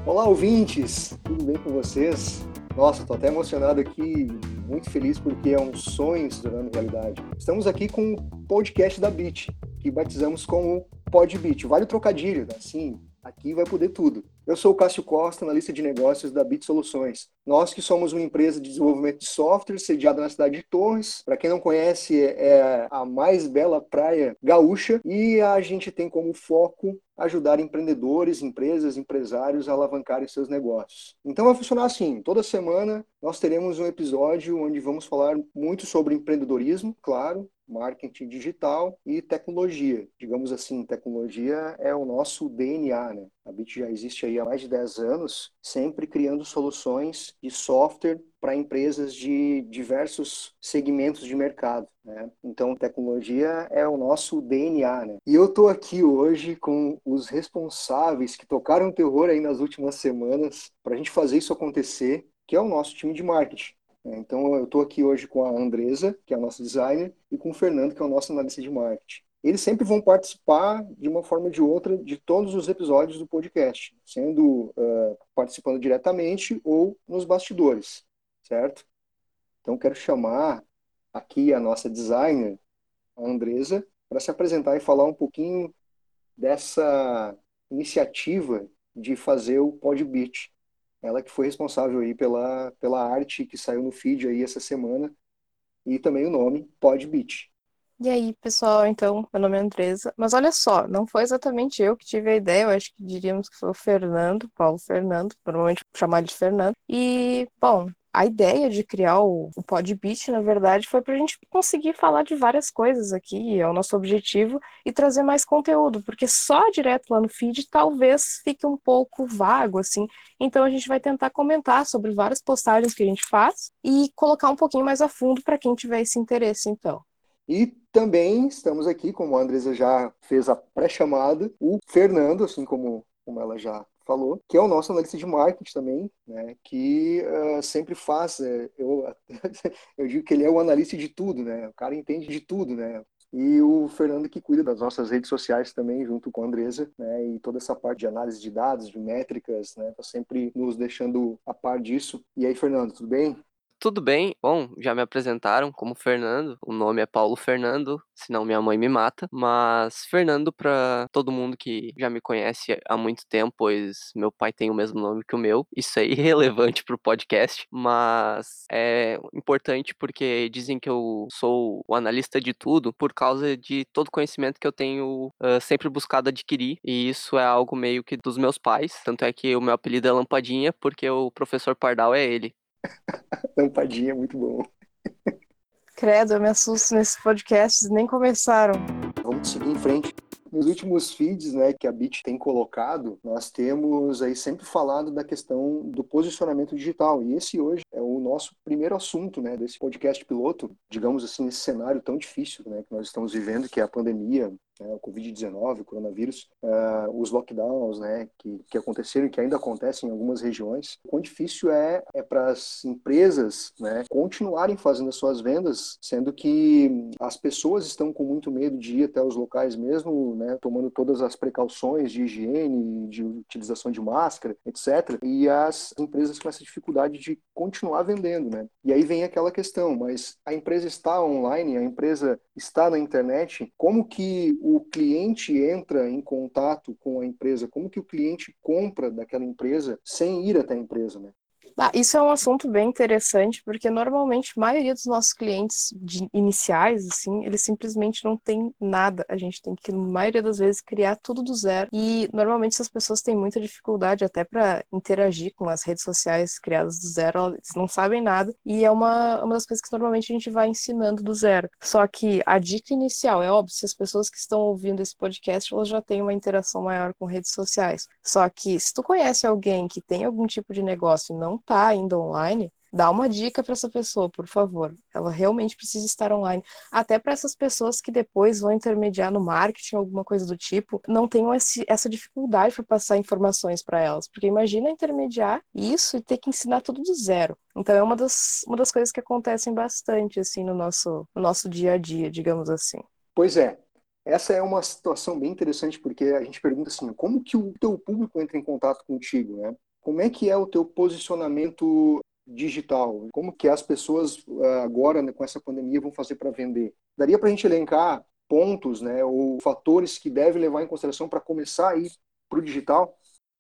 Olá, ouvintes! Tudo bem com vocês? Nossa, tô até emocionado aqui, muito feliz porque é um sonho se tornando realidade. Estamos aqui com o podcast da Bit, que batizamos como PodBit. Vale o trocadilho, né? Sim, aqui vai poder tudo. Eu sou o Cássio Costa, analista de negócios da Bit Soluções. Nós que somos uma empresa de desenvolvimento de software sediada na cidade de Torres. Para quem não conhece, é a mais bela praia gaúcha e a gente tem como foco ajudar empreendedores, empresas, empresários a alavancarem seus negócios. Então vai funcionar assim, toda semana nós teremos um episódio onde vamos falar muito sobre empreendedorismo, claro, marketing digital e tecnologia. Digamos assim, tecnologia é o nosso DNA, né? A Bit já existe aí há mais de 10 anos, sempre criando soluções de software para empresas de diversos segmentos de mercado, né? Então, tecnologia é o nosso DNA, né? E eu estou aqui hoje com os responsáveis que tocaram terror aí nas últimas semanas para a gente fazer isso acontecer, que é o nosso time de marketing. Então, eu estou aqui hoje com a Andresa, que é a nossa designer, e com o Fernando, que é o nosso analista de marketing. Eles sempre vão participar, de uma forma ou de outra, de todos os episódios do podcast, sendo participando diretamente ou nos bastidores, certo? Então, quero chamar aqui a nossa designer, a Andresa, para se apresentar e falar um pouquinho dessa iniciativa de fazer o Podbeat. Ela que foi responsável aí pela arte que saiu no feed aí essa semana e também o nome Podbeat. E aí, pessoal, então, meu nome é Andresa. Mas olha só, não foi exatamente eu que tive a ideia, eu acho que diríamos que foi o Fernando, Paulo Fernando, normalmente chamar ele de Fernando. E, bom, a ideia de criar o Podbeat, na verdade, foi para a gente conseguir falar de várias coisas aqui, é o nosso objetivo, e trazer mais conteúdo, porque só direto lá no feed talvez fique um pouco vago, assim. Então a gente vai tentar comentar sobre várias postagens que a gente faz e colocar um pouquinho mais a fundo para quem tiver esse interesse, então. E também estamos aqui, como a Andresa já fez a pré-chamada, o Fernando, assim como ela já falou, que é o nosso analista de marketing também, né, que sempre faz, eu digo que ele é o analista de tudo, né, o cara entende de tudo, né, e o Fernando que cuida das nossas redes sociais também, junto com a Andresa, né, e toda essa parte de análise de dados, de métricas, né, tá sempre nos deixando a par disso. E aí, Fernando, tudo bem? Tudo bem? Bom, já me apresentaram como Fernando. O nome é Paulo Fernando, senão minha mãe me mata. Mas Fernando, para todo mundo que já me conhece há muito tempo, pois meu pai tem o mesmo nome que o meu. Isso é irrelevante pro podcast, mas é importante porque dizem que eu sou o analista de tudo por causa de todo o conhecimento que eu tenho sempre buscado adquirir. E isso é algo meio que dos meus pais. Tanto é que o meu apelido é Lampadinha, porque o professor Pardal é ele. Lampadinha, muito bom. Credo, eu me assusto nesses podcasts, nem começaram. Vamos seguir em frente. Nos últimos feeds, né, que a Bit tem colocado, nós temos aí sempre falado da questão do posicionamento digital. E esse hoje é o nosso primeiro assunto, né, desse podcast piloto, digamos assim, nesse cenário tão difícil, né, que nós estamos vivendo, que é a pandemia, né, o Covid-19, o coronavírus, os lockdowns, né, que aconteceram e que ainda acontecem em algumas regiões. O quão difícil é para as empresas, né, continuarem fazendo as suas vendas, sendo que as pessoas estão com muito medo de ir até os locais mesmo, né, tomando todas as precauções de higiene, de utilização de máscara, etc. E as empresas com essa dificuldade de continuar vendendo, né? E aí vem aquela questão, mas a empresa está online, a empresa está na internet, como que o cliente entra em contato com a empresa, como que o cliente compra daquela empresa sem ir até a empresa, né? Isso é um assunto bem interessante, porque normalmente a maioria dos nossos clientes iniciais, assim, eles simplesmente não têm nada. A gente tem que, na maioria das vezes, criar tudo do zero. E normalmente essas pessoas têm muita dificuldade até para interagir com as redes sociais criadas do zero, eles não sabem nada. E é uma das coisas que normalmente a gente vai ensinando do zero. Só que a dica inicial, é óbvio, se as pessoas que estão ouvindo esse podcast, elas já têm uma interação maior com redes sociais. Só que se tu conhece alguém que tem algum tipo de negócio e não tá ainda online, dá uma dica para essa pessoa, por favor. Ela realmente precisa estar online. Até para essas pessoas que depois vão intermediar no marketing, alguma coisa do tipo, não tenham essa dificuldade para passar informações para elas. Porque imagina intermediar isso e ter que ensinar tudo do zero. Então é uma das coisas que acontecem bastante assim no nosso dia a dia, digamos assim. Pois é, essa é uma situação bem interessante porque a gente pergunta assim, como que o teu público entra em contato contigo, né? Como é que é o teu posicionamento digital? Como que as pessoas agora, né, com essa pandemia, vão fazer para vender? Daria para a gente elencar pontos, né, ou fatores que devem levar em consideração para começar a ir para o digital?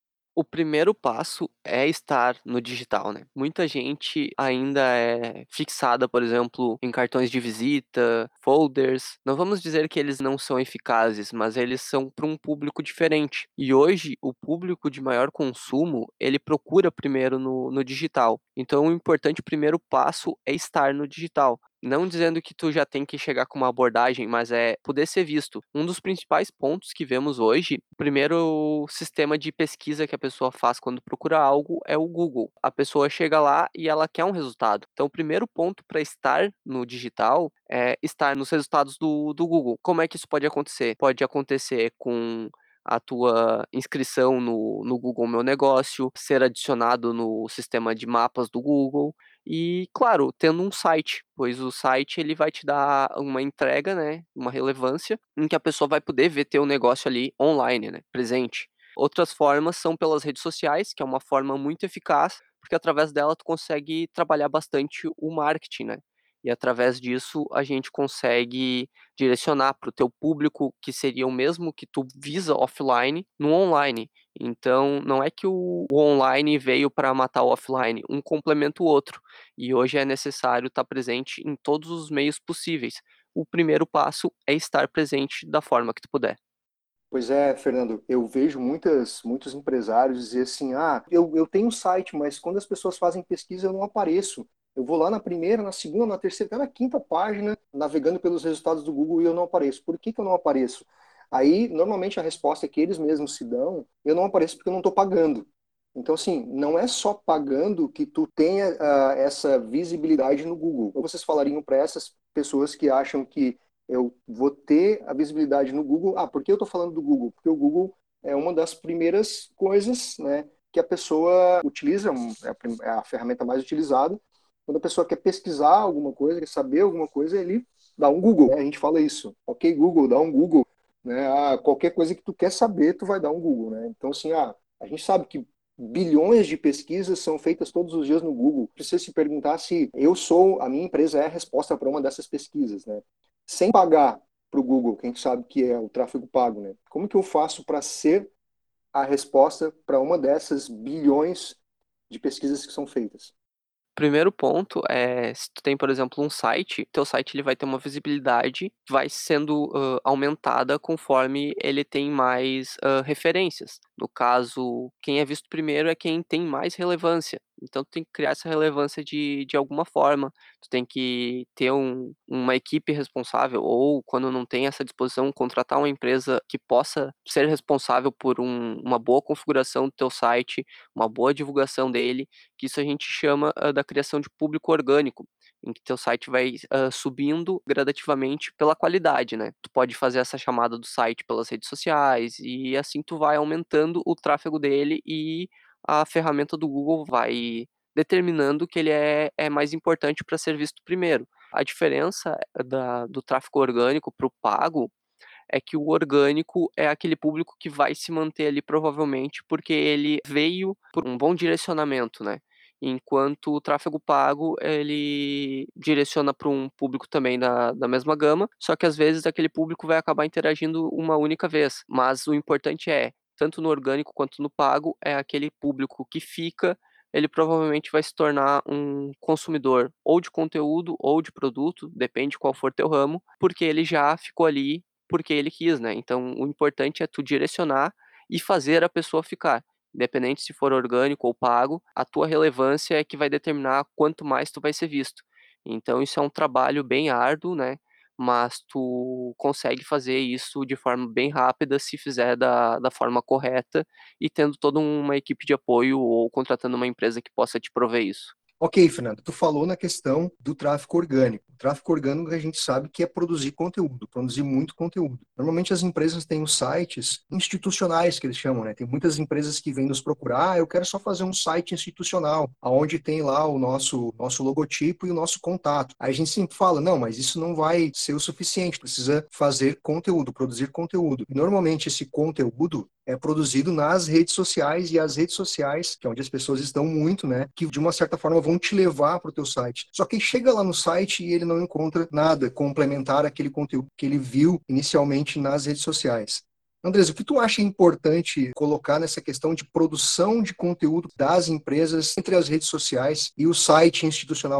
O primeiro passo é estar no digital, né. Muita gente ainda é fixada, por exemplo, em cartões de visita, folders. Não vamos dizer que eles não são eficazes, mas eles são para um público diferente. E hoje, o público de maior consumo, ele procura primeiro no digital. Então o importante, o primeiro passo é estar no digital. Não dizendo que tu já tem que chegar com uma abordagem, mas é poder ser visto. Um dos principais pontos que vemos hoje, o primeiro sistema de pesquisa que a pessoa faz quando procura algo é o Google. A pessoa chega lá e ela quer um resultado. Então, o primeiro ponto para estar no digital é estar nos resultados do Google. Como é que isso pode acontecer? Pode acontecer com a tua inscrição no Google Meu Negócio, ser adicionado no sistema de mapas do Google e, claro, tendo um site, pois o site ele vai te dar uma entrega, né, uma relevância, em que a pessoa vai poder ver teu negócio ali online, né, presente. Outras formas são pelas redes sociais, que é uma forma muito eficaz, porque através dela tu consegue trabalhar bastante o marketing, né. E através disso a gente consegue direcionar para o teu público, que seria o mesmo que tu visa offline, no online. Então não é que o online veio para matar o offline, um complementa o outro. E hoje é necessário estar presente em todos os meios possíveis. O primeiro passo é estar presente da forma que tu puder. Pois é, Fernando, eu vejo muitos empresários dizer assim, eu tenho um site, mas quando as pessoas fazem pesquisa eu não apareço. Eu vou lá na primeira, na segunda, na terceira, até na quinta página, navegando pelos resultados do Google e eu não apareço. Por que que eu não apareço? Aí, normalmente a resposta é que eles mesmos se dão, eu não apareço porque eu não estou pagando. Então, assim, não é só pagando que tu tenha essa visibilidade no Google. Ou vocês falariam para essas pessoas que acham que eu vou ter a visibilidade no Google. Por que eu estou falando do Google? Porque o Google é uma das primeiras coisas, né, que a pessoa utiliza, é a ferramenta mais utilizada. Quando a pessoa quer pesquisar alguma coisa, quer saber alguma coisa, ele dá um Google, né? A gente fala isso. Ok, Google, dá um Google. Né? Qualquer coisa que tu quer saber, tu vai dar um Google. Né? Então, assim, a gente sabe que bilhões de pesquisas são feitas todos os dias no Google. Precisa se perguntar se a minha empresa é a resposta para uma dessas pesquisas, né? Sem pagar para o Google, que a gente sabe que é o tráfego pago, né? Como que eu faço para ser a resposta para uma dessas bilhões de pesquisas que são feitas? Primeiro ponto é, se tu tem, por exemplo, um site, teu site ele vai ter uma visibilidade, vai sendo, aumentada conforme ele tem mais, referências. No caso, quem é visto primeiro é quem tem mais relevância. Então tu tem que criar essa relevância de alguma forma. Tu tem que ter uma equipe responsável ou, quando não tem essa disposição, contratar uma empresa que possa ser responsável por uma boa configuração do teu site, uma boa divulgação dele, que isso a gente chama, da criação de público orgânico, em que teu site vai, subindo gradativamente pela qualidade, né. Tu pode fazer essa chamada do site pelas redes sociais e assim tu vai aumentando o tráfego dele e a ferramenta do Google vai determinando que ele é mais importante para ser visto primeiro. A diferença do tráfego orgânico para o pago é que o orgânico é aquele público que vai se manter ali provavelmente, porque ele veio por um bom direcionamento, né. Enquanto o tráfego pago, ele direciona para um público também da mesma gama, só que às vezes aquele público vai acabar interagindo uma única vez. Mas o importante é, tanto no orgânico quanto no pago, é aquele público que fica, ele provavelmente vai se tornar um consumidor ou de conteúdo ou de produto, depende qual for teu ramo, porque ele já ficou ali porque ele quis, né. Então o importante é tu direcionar e fazer a pessoa ficar. Independente se for orgânico ou pago, a tua relevância é que vai determinar quanto mais tu vai ser visto. Então isso é um trabalho bem árduo, né, mas tu consegue fazer isso de forma bem rápida se fizer da forma correta e tendo toda uma equipe de apoio ou contratando uma empresa que possa te prover isso. Ok, Fernando, tu falou na questão do tráfego orgânico. O tráfego orgânico a gente sabe que é produzir conteúdo, produzir muito conteúdo. Normalmente as empresas têm os sites institucionais que eles chamam, né? Tem muitas empresas que vêm nos procurar, eu quero só fazer um site institucional, aonde tem lá o nosso logotipo e o nosso contato. Aí a gente sempre fala, não, mas isso não vai ser o suficiente, precisa fazer conteúdo, produzir conteúdo. E normalmente esse conteúdo é produzido nas redes sociais, e as redes sociais, que é onde as pessoas estão muito, né, que de uma certa forma vão te levar para o teu site. Só que chega lá no site e ele não encontra nada complementar aquele conteúdo que ele viu inicialmente nas redes sociais. Andres, o que tu acha importante colocar nessa questão de produção de conteúdo das empresas entre as redes sociais e o site institucional?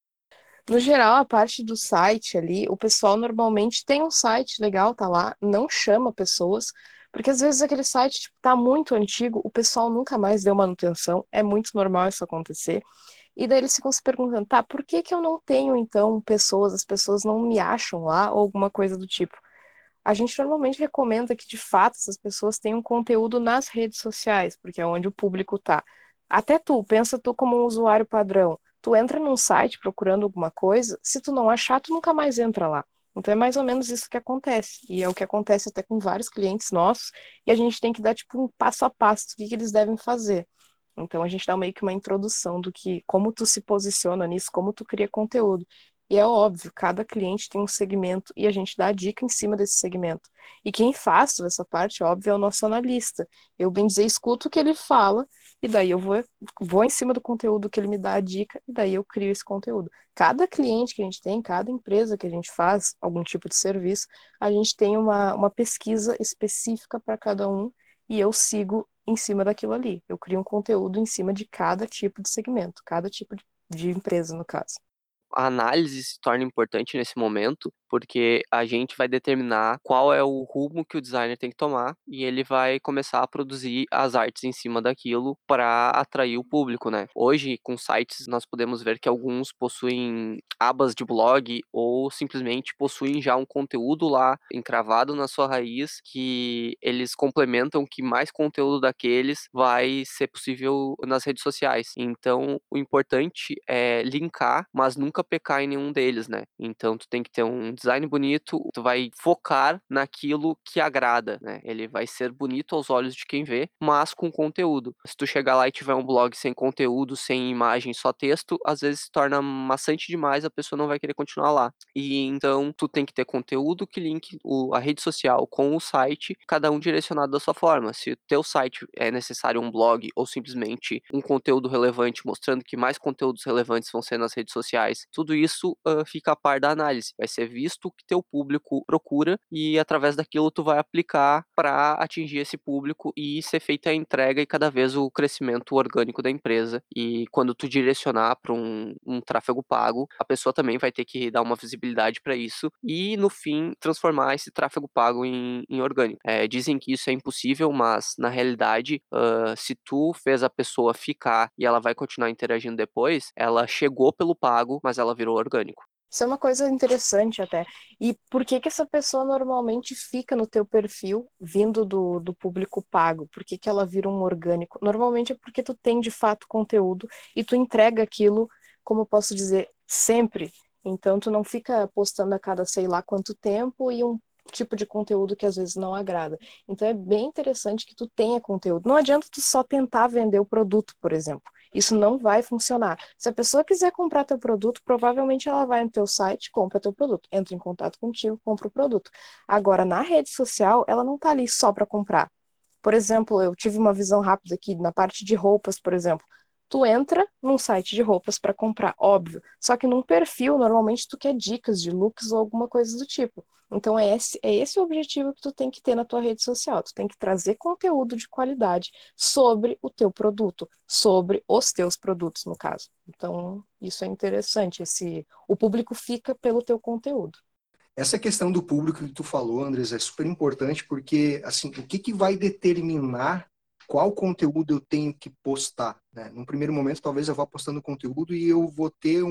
No geral, a parte do site ali, o pessoal normalmente tem um site legal, tá lá, não chama pessoas, porque às vezes aquele site tipo, tá muito antigo, o pessoal nunca mais deu manutenção, é muito normal isso acontecer. E daí eles ficam se perguntando, tá, por que que eu não tenho então pessoas, as pessoas não me acham lá, ou alguma coisa do tipo. A gente normalmente recomenda que de fato essas pessoas tenham conteúdo nas redes sociais, porque é onde o público tá. Até tu, pensa tu como um usuário padrão. Tu entra num site procurando alguma coisa, se tu não achar, tu nunca mais entra lá. Então é mais ou menos isso que acontece. E é o que acontece até com vários clientes nossos, e a gente tem que dar tipo um passo a passo do que eles devem fazer. Então a gente dá meio que uma introdução do que como tu se posiciona nisso, como tu cria conteúdo. E é óbvio, cada cliente tem um segmento e a gente dá a dica em cima desse segmento. E quem faz toda essa parte, óbvio, é o nosso analista. Eu, bem dizer, escuto o que ele fala e daí vou em cima do conteúdo que ele me dá a dica e daí eu crio esse conteúdo. Cada cliente que a gente tem, cada empresa que a gente faz algum tipo de serviço, a gente tem uma pesquisa específica para cada um e eu sigo em cima daquilo ali. Eu crio um conteúdo em cima de cada tipo de segmento, cada tipo de empresa, no caso. A análise se torna importante nesse momento, porque a gente vai determinar qual é o rumo que o designer tem que tomar e ele vai começar a produzir as artes em cima daquilo para atrair o público, né? Hoje, com sites, nós podemos ver que alguns possuem abas de blog ou simplesmente possuem já um conteúdo lá encravado na sua raiz que eles complementam que mais conteúdo daqueles vai ser possível nas redes sociais. Então, o importante é linkar, mas nunca pecar em nenhum deles, né? Então, tu tem que ter um design bonito, tu vai focar naquilo que agrada, né? Ele vai ser bonito aos olhos de quem vê, mas com conteúdo. Se tu chegar lá e tiver um blog sem conteúdo, sem imagem, só texto, às vezes se torna maçante demais, a pessoa não vai querer continuar lá. E então tu tem que ter conteúdo que linke a rede social com o site, cada um direcionado da sua forma. Se o teu site é necessário um blog ou simplesmente um conteúdo relevante mostrando que mais conteúdos relevantes vão ser nas redes sociais, tudo isso fica a par da análise. Vai ser visto o que teu público procura e através daquilo tu vai aplicar para atingir esse público e ser feita a entrega e cada vez o crescimento orgânico da empresa. E quando tu direcionar para um tráfego pago, a pessoa também vai ter que dar uma visibilidade para isso e no fim transformar esse tráfego pago em orgânico. Dizem que isso é impossível, mas na realidade, se tu fez a pessoa ficar e ela vai continuar interagindo depois, ela chegou pelo pago, mas ela virou orgânico. Isso é uma coisa interessante até. E por que que essa pessoa normalmente fica no teu perfil vindo do público pago? Por que que ela vira um orgânico? Normalmente é porque tu tem de fato conteúdo e tu entrega aquilo, como eu posso dizer, sempre. Então tu não fica postando a cada sei lá quanto tempo e um tipo de conteúdo que às vezes não agrada. Então é bem interessante que tu tenha conteúdo. Não adianta tu só tentar vender o produto, por exemplo. Isso não vai funcionar. Se a pessoa quiser comprar teu produto, provavelmente ela vai no teu site, compra teu produto, entra em contato contigo, compra o produto. Agora, na rede social, ela não tá ali só para comprar. Por exemplo, eu tive uma visão rápida aqui na parte de roupas, por exemplo. Tu entra num site de roupas para comprar, óbvio. Só que num perfil, normalmente tu quer dicas de looks ou alguma coisa do tipo. Então é esse o objetivo que tu tem que ter na tua rede social. Tu tem que trazer conteúdo de qualidade sobre o teu produto, sobre os teus produtos, no caso. Então, isso é interessante. O público fica pelo teu conteúdo. Essa questão do público que tu falou, Andres, é super importante porque, assim, o que que vai determinar qual conteúdo eu tenho que postar, né? Num primeiro momento, talvez eu vá postando conteúdo e eu vou ter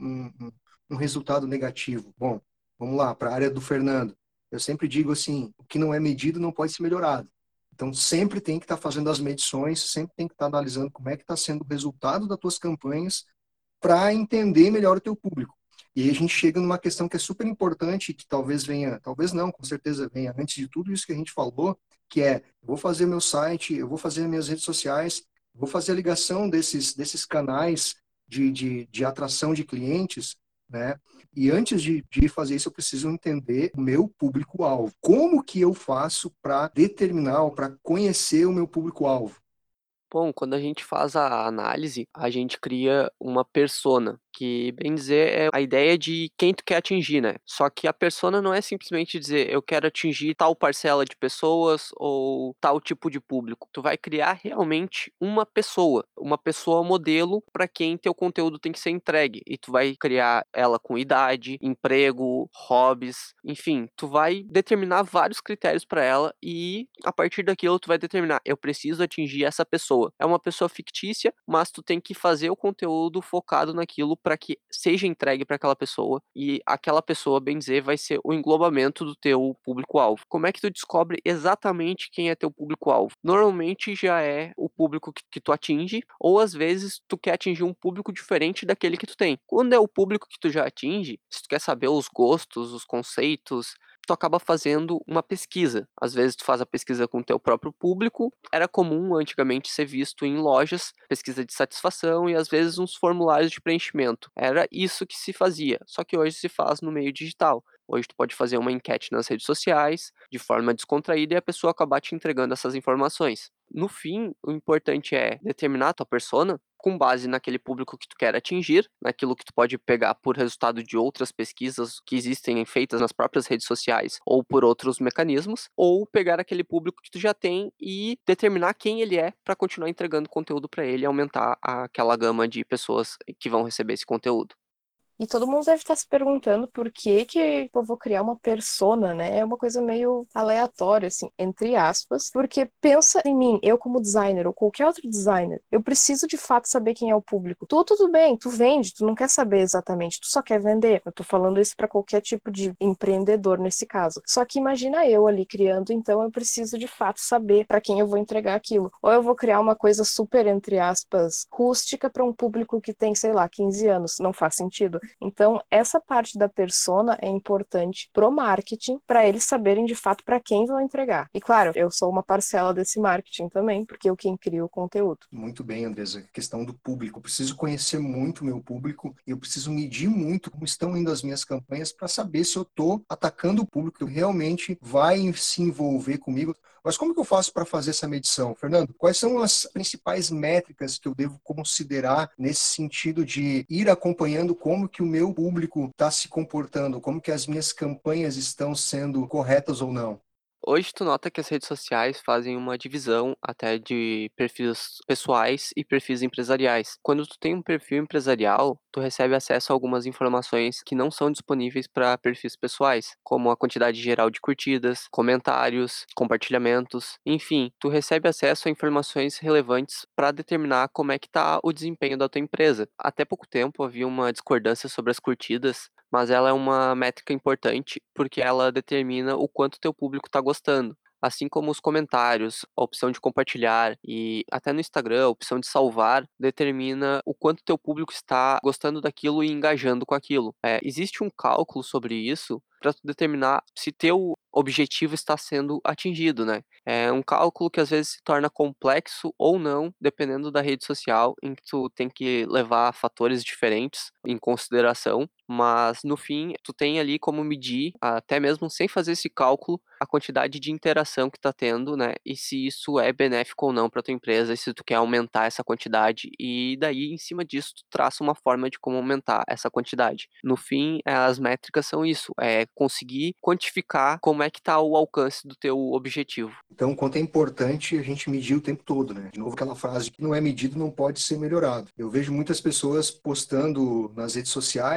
um resultado negativo. Bom, vamos lá, para a área do Fernando. Eu sempre digo assim, o que não é medido não pode ser melhorado. Então, sempre tem que estar fazendo as medições, sempre tem que estar analisando como é que está sendo o resultado das tuas campanhas para entender melhor o teu público. E aí a gente chega numa questão que é super importante, que talvez venha, talvez não, com certeza venha antes de tudo isso que a gente falou, que é, eu vou fazer meu site, eu vou fazer minhas redes sociais, vou fazer a ligação desses canais de atração de clientes, né? E antes de fazer isso, eu preciso entender o meu público-alvo. Como que eu faço para determinar ou para conhecer o meu público-alvo? Bom, quando a gente faz a análise, a gente cria uma persona, que bem dizer é a ideia de quem tu quer atingir, né? Só que a persona não é simplesmente dizer eu quero atingir tal parcela de pessoas ou tal tipo de público. Tu vai criar realmente uma pessoa modelo para quem teu conteúdo tem que ser entregue. E tu vai criar ela com idade, emprego, hobbies, enfim, tu vai determinar vários critérios para ela e a partir daquilo tu vai determinar, eu preciso atingir essa pessoa. É uma pessoa fictícia, mas tu tem que fazer o conteúdo focado naquilo para que seja entregue para aquela pessoa e aquela pessoa, bem dizer, vai ser o englobamento do teu público-alvo. Como é que tu descobre exatamente quem é teu público-alvo? Normalmente já é o público que tu atinge, ou às vezes tu quer atingir um público diferente daquele que tu tem. Quando é o público que tu já atinge, se tu quer saber os gostos, os conceitos, tu acaba fazendo uma pesquisa. Às vezes tu faz a pesquisa com o teu próprio público. Era comum antigamente ser visto em lojas, pesquisa de satisfação e às vezes uns formulários de preenchimento. Era isso que se fazia, só que hoje se faz no meio digital. Hoje tu pode fazer uma enquete nas redes sociais, de forma descontraída, e a pessoa acabar te entregando essas informações. No fim, o importante é determinar a tua persona com base naquele público que tu quer atingir, naquilo que tu pode pegar por resultado de outras pesquisas que existem feitas nas próprias redes sociais ou por outros mecanismos, ou pegar aquele público que tu já tem e determinar quem ele é para continuar entregando conteúdo para ele e aumentar aquela gama de pessoas que vão receber esse conteúdo. E todo mundo deve estar se perguntando por que eu vou criar uma persona, né? É uma coisa meio aleatória, assim, entre aspas, porque pensa em mim, eu como designer, ou qualquer outro designer, eu preciso de fato saber quem é o público. Tudo bem, tu vende, tu não quer saber exatamente, tu só quer vender. Eu tô falando isso para qualquer tipo de empreendedor nesse caso. Só que imagina eu ali criando, então eu preciso de fato saber para quem eu vou entregar aquilo. Ou eu vou criar uma coisa super, entre aspas, rústica para um público que tem, sei lá, 15 anos. Não faz sentido. Então, essa parte da persona é importante pro marketing, para eles saberem de fato para quem vão entregar. E claro, eu sou uma parcela desse marketing também, porque eu quem crio o conteúdo. Muito bem, Andresa. Questão do público. Eu preciso conhecer muito o meu público e eu preciso medir muito como estão indo as minhas campanhas para saber se eu estou atacando o público que realmente vai se envolver comigo. Mas como que eu faço para fazer essa medição, Fernando? Quais são as principais métricas que eu devo considerar nesse sentido de ir acompanhando como que o meu público está se comportando, como que as minhas campanhas estão sendo corretas ou não? Hoje tu nota que as redes sociais fazem uma divisão até de perfis pessoais e perfis empresariais. Quando tu tem um perfil empresarial, tu recebe acesso a algumas informações que não são disponíveis para perfis pessoais, como a quantidade geral de curtidas, comentários, compartilhamentos, enfim, tu recebe acesso a informações relevantes para determinar como é que tá o desempenho da tua empresa. Até pouco tempo havia uma discordância sobre as curtidas, mas ela é uma métrica importante, porque ela determina o quanto teu público está gostando. Assim como os comentários, a opção de compartilhar e até no Instagram, a opção de salvar determina o quanto teu público está gostando daquilo e engajando com aquilo. Existe um cálculo sobre isso para tu determinar se teu objetivo está sendo atingido, né? É um cálculo que às vezes se torna complexo ou não, dependendo da rede social, em que tu tem que levar fatores diferentes em consideração, mas no fim tu tem ali como medir, até mesmo sem fazer esse cálculo, a quantidade de interação que tá tendo, né? E se isso é benéfico ou não para tua empresa, e se tu quer aumentar essa quantidade, e daí em cima disso tu traça uma forma de como aumentar essa quantidade. No fim, as métricas são isso, é conseguir quantificar como é que tá o alcance do teu objetivo. Então, quanto é importante a gente medir o tempo todo, né? De novo, aquela frase que não é medido não pode ser melhorado. Eu vejo muitas pessoas postando nas redes sociais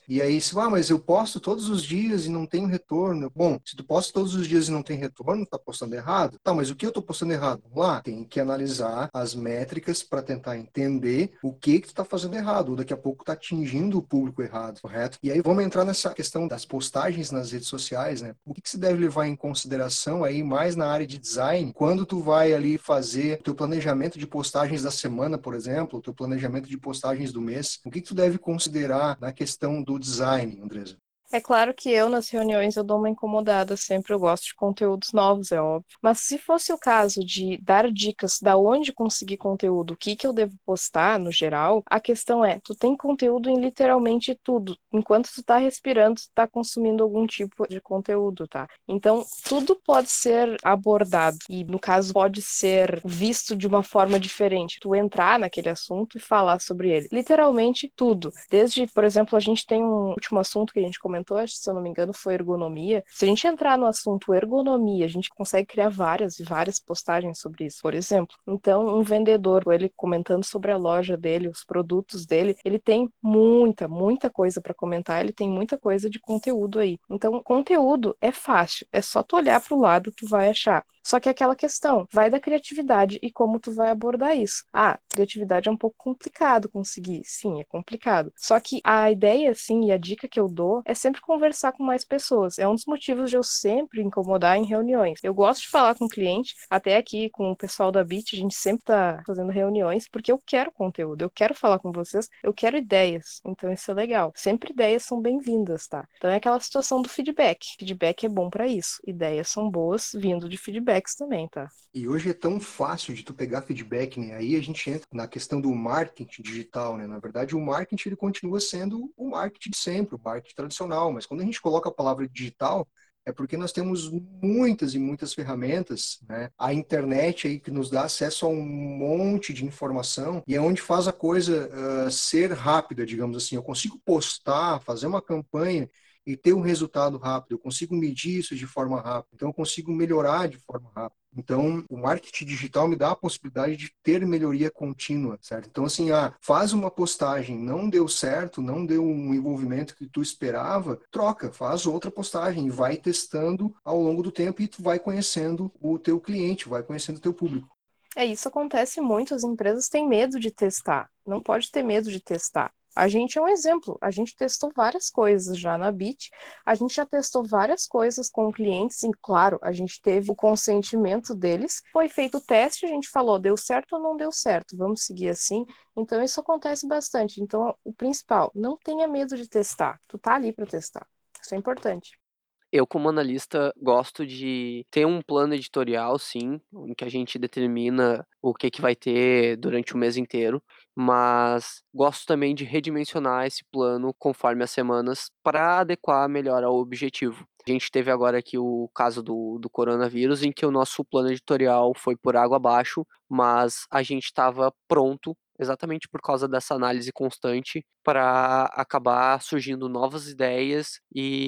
E aí, mas eu posto todos os dias e não tenho retorno. Bom, se tu posta todos os dias e não tem retorno, tá postando errado. Tá, mas o que eu tô postando errado? Vamos lá, tem que analisar as métricas para tentar entender o que tu tá fazendo errado, ou daqui a pouco tá atingindo o público errado, correto? E aí vamos entrar nessa questão das postagens nas redes sociais, né? O que que se deve levar em consideração aí mais na área de design, quando tu vai ali fazer teu planejamento de postagens da semana, por exemplo, teu planejamento de postagens do mês, o que que tu deve considerar na questão do design, Andresa? É claro que eu, nas reuniões, eu dou uma incomodada sempre, eu gosto de conteúdos novos, é óbvio. Mas se fosse o caso de dar dicas da onde conseguir conteúdo, o que que eu devo postar, no geral, a questão é, tu tem conteúdo em literalmente tudo. Enquanto tu tá respirando, tu tá consumindo algum tipo de conteúdo, tá? Então, tudo pode ser abordado e, no caso, pode ser visto de uma forma diferente. Tu entrar naquele assunto e falar sobre ele. Literalmente tudo. Desde, por exemplo, a gente tem um último assunto que a gente comentou, se eu não me engano, foi ergonomia. Se a gente entrar no assunto ergonomia, a gente consegue criar várias e várias postagens sobre isso, por exemplo. Então, um vendedor, ele comentando sobre a loja dele, os produtos dele, ele tem muita coisa para comentar, ele tem muita coisa de conteúdo aí. Então, conteúdo é fácil, é só tu olhar para o lado, tu vai achar. Só que é aquela questão, vai da criatividade e como tu vai abordar isso. Criatividade é um pouco complicado conseguir. Sim, é complicado. Só que a ideia, assim, e a dica que eu dou é sempre conversar com mais pessoas. É um dos motivos de eu sempre incomodar em reuniões. Eu gosto de falar com o cliente, até aqui com o pessoal da Bit, a gente sempre tá fazendo reuniões, porque eu quero conteúdo, eu quero falar com vocês, eu quero ideias. Então isso é legal. Sempre ideias são bem-vindas, tá? Então é aquela situação do feedback. Feedback é bom para isso. Ideias são boas vindo de feedbacks também, tá? E hoje é tão fácil de tu pegar feedback, né? Aí a gente entra na questão do marketing digital, né? Na verdade, o marketing ele continua sendo o marketing de sempre, o marketing tradicional, mas quando a gente coloca a palavra digital, é porque nós temos muitas e muitas ferramentas, né? A internet aí que nos dá acesso a um monte de informação e é onde faz a coisa ser rápida, digamos assim. Eu consigo postar, fazer uma campanha e ter um resultado rápido. Eu consigo medir isso de forma rápida. Então, eu consigo melhorar de forma rápida. Então, o marketing digital me dá a possibilidade de ter melhoria contínua, certo? Então, assim, faz uma postagem, não deu certo, não deu um envolvimento que tu esperava, troca, faz outra postagem e vai testando ao longo do tempo e tu vai conhecendo o teu cliente, vai conhecendo o teu público. Isso acontece muito, as empresas têm medo de testar. Não pode ter medo de testar. A gente é um exemplo. A gente testou várias coisas já na Bit. A gente já testou várias coisas com clientes e, claro, a gente teve o consentimento deles. Foi feito o teste, a gente falou, deu certo ou não deu certo, vamos seguir assim. Então, isso acontece bastante. Então, o principal, não tenha medo de testar. Tu tá ali para testar. Isso é importante. Eu, como analista, gosto de ter um plano editorial, sim, em que a gente determina o que que vai ter durante o mês inteiro, mas gosto também de redimensionar esse plano conforme as semanas para adequar melhor ao objetivo. A gente teve agora aqui o caso do coronavírus, em que o nosso plano editorial foi por água abaixo, mas a gente estava pronto exatamente por causa dessa análise constante para acabar surgindo novas ideias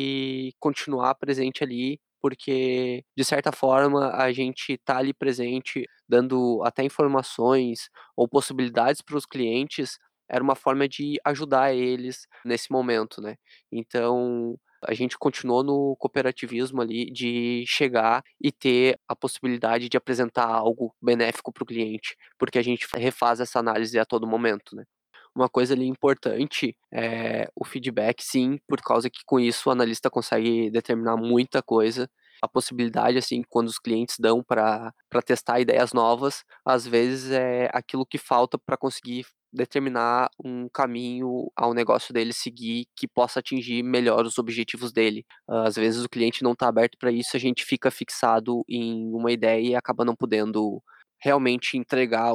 e continuar presente ali, porque de certa forma a gente está ali presente, dando até informações ou possibilidades para os clientes, era uma forma de ajudar eles nesse momento, né? Então, a gente continuou no cooperativismo ali de chegar e ter a possibilidade de apresentar algo benéfico para o cliente, porque a gente refaz essa análise a todo momento, né? Uma coisa ali importante é o feedback, sim, por causa que com isso o analista consegue determinar muita coisa. A possibilidade, assim, quando os clientes dão para testar ideias novas, às vezes é aquilo que falta para conseguir determinar um caminho ao negócio dele seguir que possa atingir melhor os objetivos dele. Às vezes o cliente não está aberto para isso, a gente fica fixado em uma ideia e acaba não podendo realmente entregar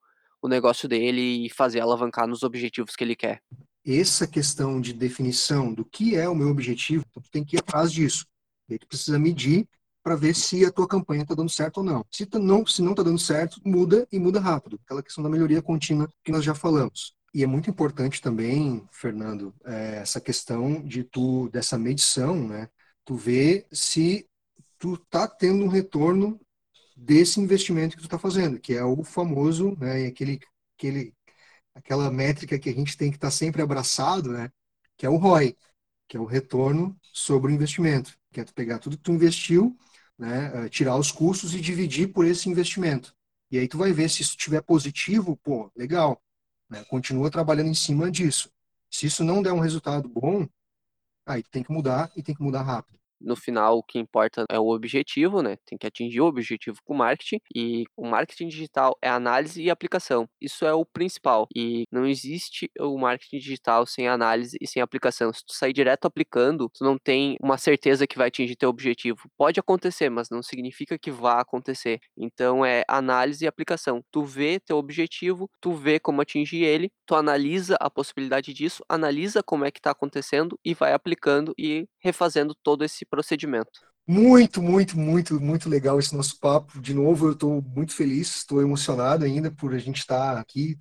o negócio dele e fazer alavancar nos objetivos que ele quer. Essa questão de definição do que é o meu objetivo, então tu tem que ir atrás disso. E aí tu precisa medir para ver se a tua campanha está dando certo ou não. Se não está dando certo, muda e muda rápido. Aquela questão da melhoria contínua que nós já falamos. E é muito importante também, Fernando, essa questão dessa medição, né? Tu vê se tu tá tendo um retorno desse investimento que tu está fazendo, que é o famoso, né? Aquela métrica que a gente tem que estar sempre abraçado, né? Que é o ROI. que é o retorno sobre o investimento, que é tu pegar tudo que tu investiu, né, tirar os custos e dividir por esse investimento. E aí tu vai ver se isso estiver positivo, pô, legal, né? Continua trabalhando em cima disso. Se isso não der um resultado bom, aí tu tem que mudar e tem que mudar rápido. No final, o que importa é o objetivo, né? Tem que atingir o objetivo com o marketing. E o marketing digital é análise e aplicação. Isso é o principal. E não existe o marketing digital sem análise e sem aplicação. Se tu sair direto aplicando, tu não tem uma certeza que vai atingir teu objetivo. Pode acontecer, mas não significa que vá acontecer. Então é análise e aplicação. Tu vê teu objetivo, tu vê como atingir ele, tu analisa a possibilidade disso, analisa como é que está acontecendo e vai aplicando e refazendo todo esse procedimento. Muito, muito, muito, muito legal esse nosso papo. De novo, eu estou muito feliz, estou emocionado ainda por a gente estar aqui.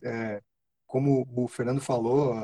Como o Fernando falou,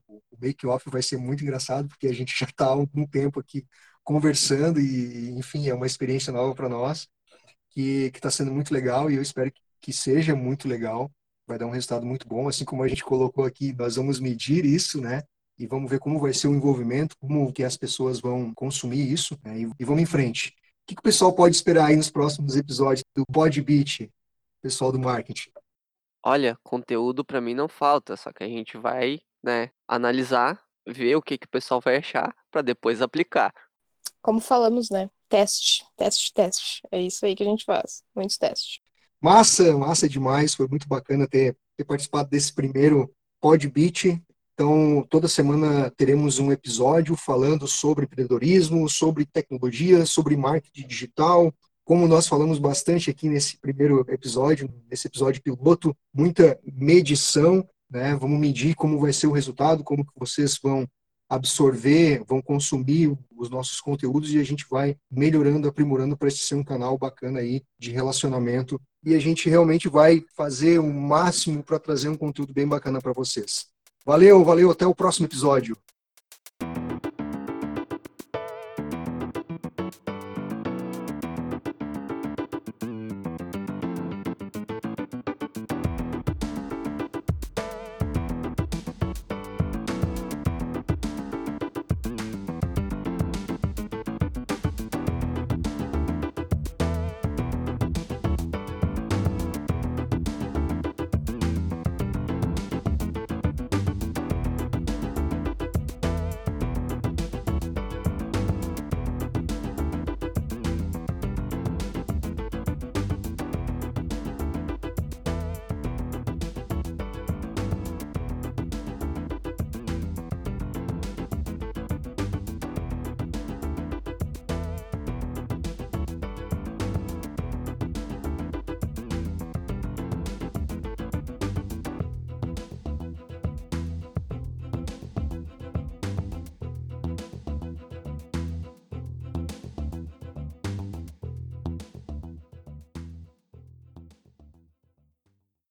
o make-off vai ser muito engraçado, porque a gente já está há algum tempo aqui conversando e, enfim, é uma experiência nova para nós, que está sendo muito legal e eu espero que seja muito legal. Vai dar um resultado muito bom. Assim como a gente colocou aqui, nós vamos medir isso, né? E vamos ver como vai ser o envolvimento, como que as pessoas vão consumir isso, né? E vamos em frente. O que o pessoal pode esperar aí nos próximos episódios do Podbeat, pessoal do marketing? Olha, conteúdo para mim não falta, só que a gente vai, né, analisar, ver o que que o pessoal vai achar para depois aplicar. Como falamos, né? Teste, teste, teste. É isso aí que a gente faz. Muitos testes. Massa, massa demais. Foi muito bacana ter participado desse primeiro Podbeat. Então, toda semana teremos um episódio falando sobre empreendedorismo, sobre tecnologia, sobre marketing digital. Como nós falamos bastante aqui nesse primeiro episódio, nesse episódio piloto, muita medição, né? Vamos medir como vai ser o resultado, como que vocês vão absorver, vão consumir os nossos conteúdos e a gente vai melhorando, aprimorando para esse ser um canal bacana aí de relacionamento e a gente realmente vai fazer o máximo para trazer um conteúdo bem bacana para vocês. Valeu, valeu, até o próximo episódio.